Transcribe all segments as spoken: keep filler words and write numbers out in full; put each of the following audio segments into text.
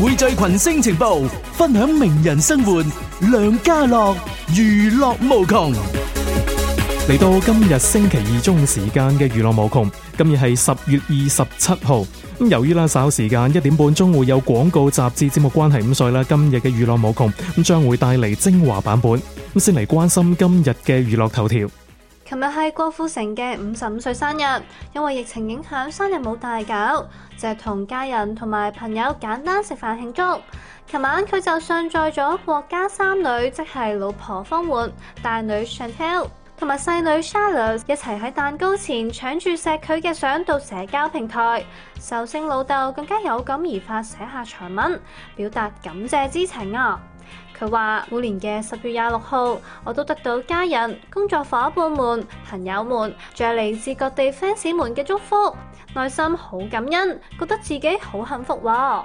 匯聚群星情報，分享名人生活，梁家樂娛樂無窮。 嚟到今日星期二中午時間嘅娛樂無窮，今日係十月二十七號。咁由於啦稍時間一點半鐘會有廣告雜誌節目關係，咁所以啦今日嘅娛樂無窮咁將會帶嚟精華版本。咁先嚟關心今日嘅娛樂頭條。 琴日係郭富城嘅五十五歲生日，因為疫情影響，生日冇大搞，就係同家人同埋朋友簡單食飯慶祝。琴晚佢就上載咗國家三女，即係老婆方媛、大女 Chantel 同埋細女 Charlotte 一齊喺蛋糕前搶住錫佢嘅相到社交平台。壽星老豆更加有感而發寫下長文，表達感謝之情啊！佢話每年嘅十月廿六號，我都得到家人、工作伙伴們、朋友們，仲有嚟自各地 fans 們嘅祝福，內心好感恩，覺得自己好幸福喎。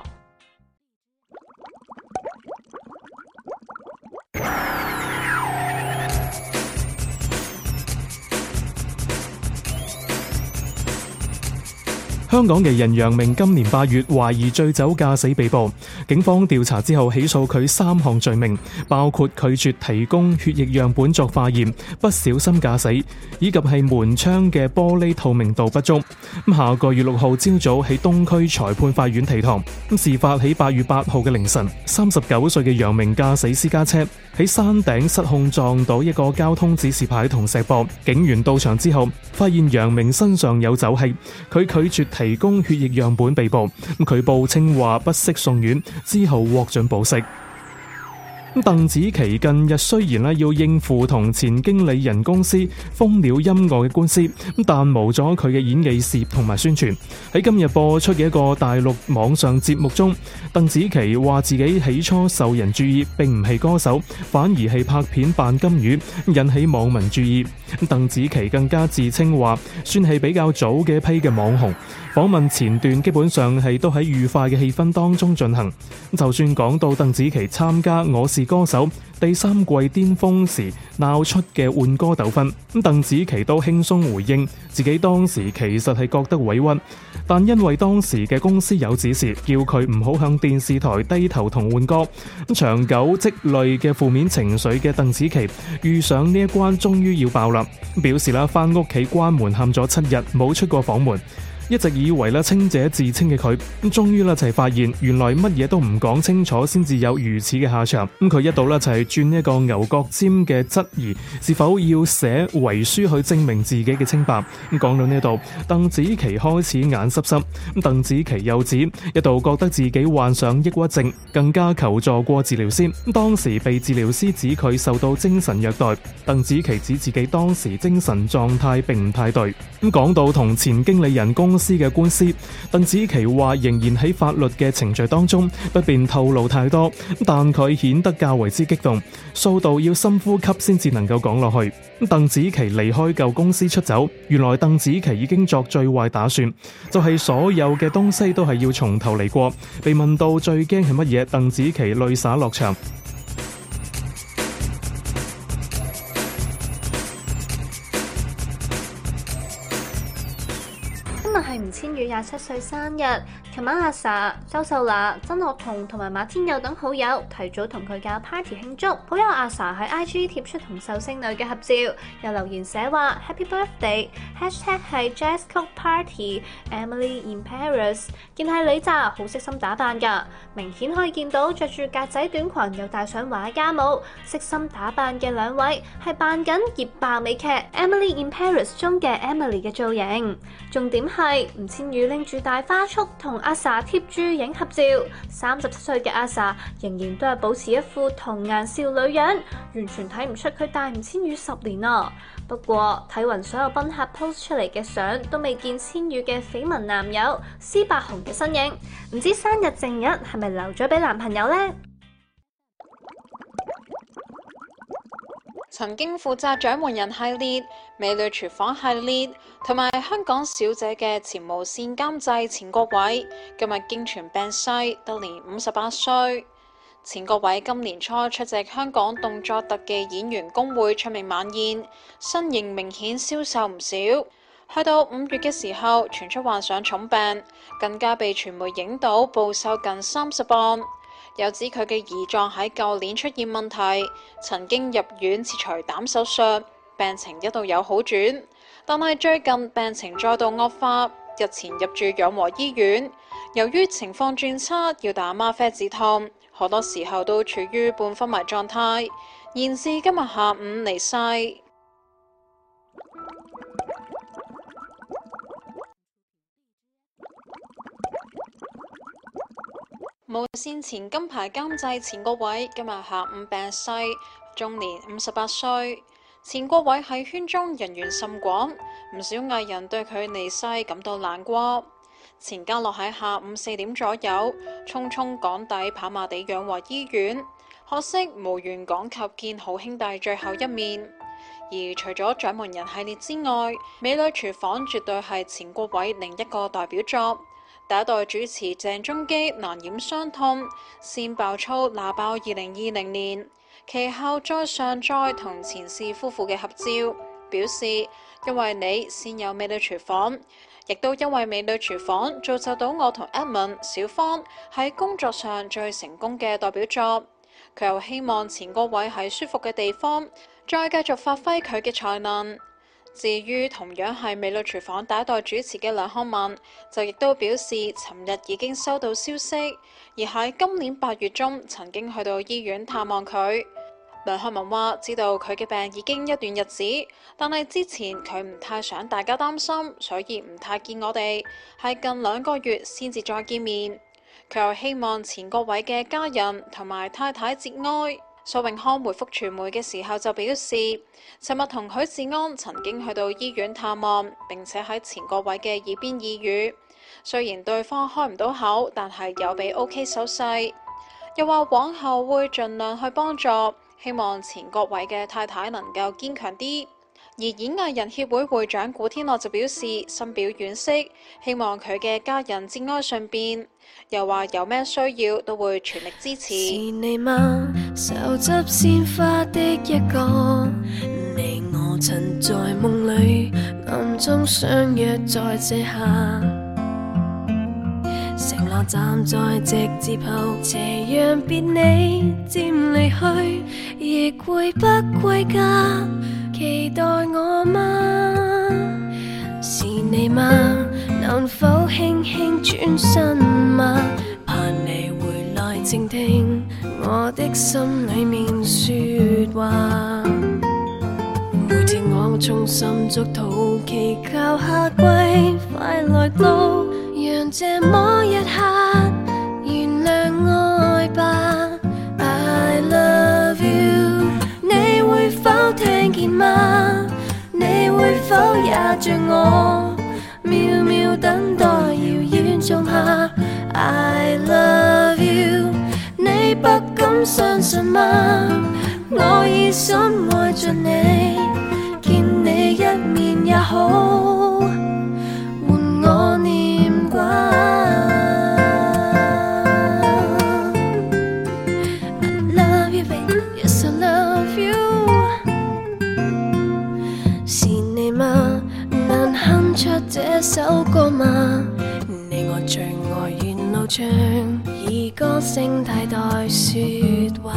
香港藝人楊明今年八月懷疑醉酒駕駛被捕，警方調查之後起訴佢三項罪名，包括拒絕提供血液樣本作化驗、不小心駕駛，以及係門窗嘅玻璃透明度不足。咁下個月六號朝早喺東區裁判法院提堂。咁事發喺八月八號嘅凌晨，三十九歲嘅楊明駕駛私家車喺山頂失控撞到一個交通指示牌同石壆，警員到場之後發現楊明身上有酒氣，佢拒絕提供血液樣本被捕，佢報稱話不適送院，之後獲准保釋。鄧紫棋近日雖然咧要應付同前經理人公司蜂鳥音樂嘅官司，但無咗佢嘅演藝事業同埋宣傳。喺今日播出嘅一個大陸網上節目中，鄧紫棋話自己起初受人注意，並唔係歌手，反而係拍片扮金魚，引起網民注意。鄧紫棋更加自稱話算係比較早嘅一批嘅網紅。訪問前段基本上係都喺愉快嘅氣氛當中進行。就算講到鄧紫棋參加《我是歌手》第三季巔峰時鬧出嘅換歌糾紛，咁鄧紫棋都輕鬆回應自己當時其實係覺得委屈，但因為當時嘅公司有指示叫佢唔好向電視台低頭同換歌，咁長久積累嘅負面情緒嘅鄧紫棋遇上呢一關終於要爆啦，表示啦翻屋企關門喊咗七日冇出過房門。一直以為咧清者自清嘅佢，咁終於咧就係發現原來乜嘢都唔講清楚先至有如此嘅下場。咁佢一度咧就係轉一個牛角尖嘅質疑，是否要寫遺書去證明自己嘅清白。咁講到呢度，鄧紫棋開始眼濕濕。咁鄧紫棋又指一度覺得自己患上抑鬱症，更加求助過治療師。咁當時被治療師指佢受到精神虐待，鄧紫棋指自己當時精神狀態並唔太對。咁講到同前經理人公司嘅官司，鄧紫棋話仍然喺法律嘅程序當中，不便透露太多，但佢顯得較為之激動，數度要深呼吸先至能夠講落去。鄧紫棋離開舊公司出走，原來鄧紫棋已經作最壞打算，就係所有嘅東西都係要從頭嚟過。被問到最驚係乜嘢，鄧紫棋淚灑落場。 係吳千語廿七歲生日，琴晚阿 sa、周秀娜、曾樂彤同埋馬天佑等好友提早同佢搞 party 慶祝，好友阿 sa 喺 I G 貼出同壽星女嘅合照，又留言寫話 Happy Birthday， hashtag 係 Jazz Cook Party Emily in Paris， 見係你咋，好悉心打扮㗎，明顯可以見到着住格仔短裙又戴上畫家帽，悉心打扮嘅兩位係扮緊熱爆美劇 Emily in Paris 中嘅 Emily 嘅造型，重點係吳千語拎住大花束同阿 sa 貼住影合照，三十七歲嘅阿 sa 仍然都係保持一副童顏少女樣，完全睇唔出佢大吳千語十年啊！不過睇勻所有賓客 post 出嚟嘅相，都未見千語嘅緋聞男友施柏宏嘅身影，唔知生日正日係咪留咗俾男朋友呢？ 曾經負責獎門人系列、美女廚房系列同埋香港小姐嘅前無線監製錢國偉，今日經傳病逝，得年五十八歲。錢國偉今年初出席香港動作特技演員工會出名晚宴，身形明顯消瘦唔少。 去到五月嘅時候，傳出患上重病，更加被傳媒影到暴瘦近三十磅。又指佢嘅胰臟喺舊年出現問題，曾經入院切除膽手術，病情一度有好轉，但係最近病情再度惡化，日前入住養和醫院。由於情況轉差，要打嗎啡止痛，好多時候都處於半昏迷狀態，現至今日下午離世。無線前金牌監製錢國偉今日下午病逝，終年五十八歲。錢國偉喺圈中人緣甚廣，唔少藝人對佢離世感到難過。錢家樂喺下午四點左右匆匆趕抵跑馬地養和醫院，可惜無緣趕及見好兄弟最後一面。而除咗獎門人系列之外，美女廚房絕對係錢國偉另一個代表作。第一代主持鄭中基難掩傷痛，先爆粗鬧爆二零二零年，其後再上載同錢氏夫婦嘅合照，表示因為你先有美女廚房，亦都因為美女廚房造就到我同 Edmond 小方喺工作上最成功嘅代表作。佢又希望錢國偉喺舒服嘅地方再繼續發揮佢嘅才能。至於同樣係美女廚房第一代主持嘅梁漢文，就亦都表示尋日已經收到消息，而喺今年八月中曾經去到醫院探望佢。梁漢文話知道佢嘅病已經一段日子，但係之前佢唔太想大家擔心，所以唔太見我哋，係近兩個月先至再見面。佢又希望錢國偉嘅家人同埋太太節哀。蘇永康回覆傳媒嘅時候就表示，尋日同許志安曾經去到醫院探望，並且喺錢國偉嘅耳邊耳語，雖然對方開唔到口，但係有俾 OK 手勢。又話往後會盡量去幫助，希望錢國偉嘅太太能夠堅強啲。而演藝人協會會長古天樂就表示深表惋惜，希望佢嘅家人節哀順變，又話有咩需要都會全力支持。 是你嗎？手執鮮花的一個，你我曾在夢裏暗中相約在這下，承諾站在直接後斜陽別你漸離去，亦會不歸家。期待我嗎？是你嗎？能否輕輕轉身嗎？盼你回來靜聽我的心裏面說話。每天我衷心祝禱，祈求夏季快來到，讓這麼一刻原諒愛吧。I love you， 你會否聽見嗎？你會否也像我渺渺等待遙遠種下 I love you， 你不敢相信嗎？我已深愛着你，見你一面也好，換我念掛。 I love you baby， yes I love you， 是你嗎？能哼出這首歌嗎？你我最愛沿路唱，以歌聲替代說話。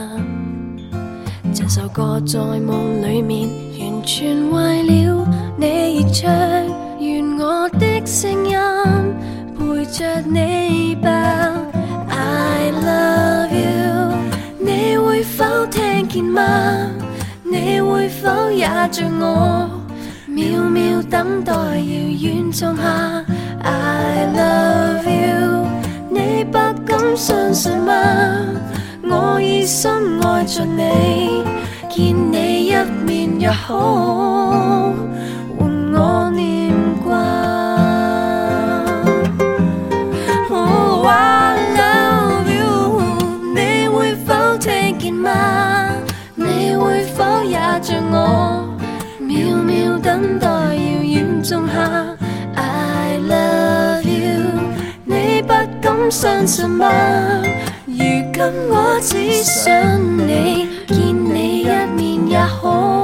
這首歌在夢裏面完全為了你而唱，願我的聲音陪着你吧。I love you， 你會否聽見嗎？你會否也像我渺渺等待遙遠種下 I love you， 你不敢相信嗎？我已深愛着你，見你一面也好，換我念掛。Oh I love you， 你會否聽見嗎？你會否也像我渺渺等待遙遠種下 I love you， 你不敢相信嗎？如今我只想你，見你一面也好。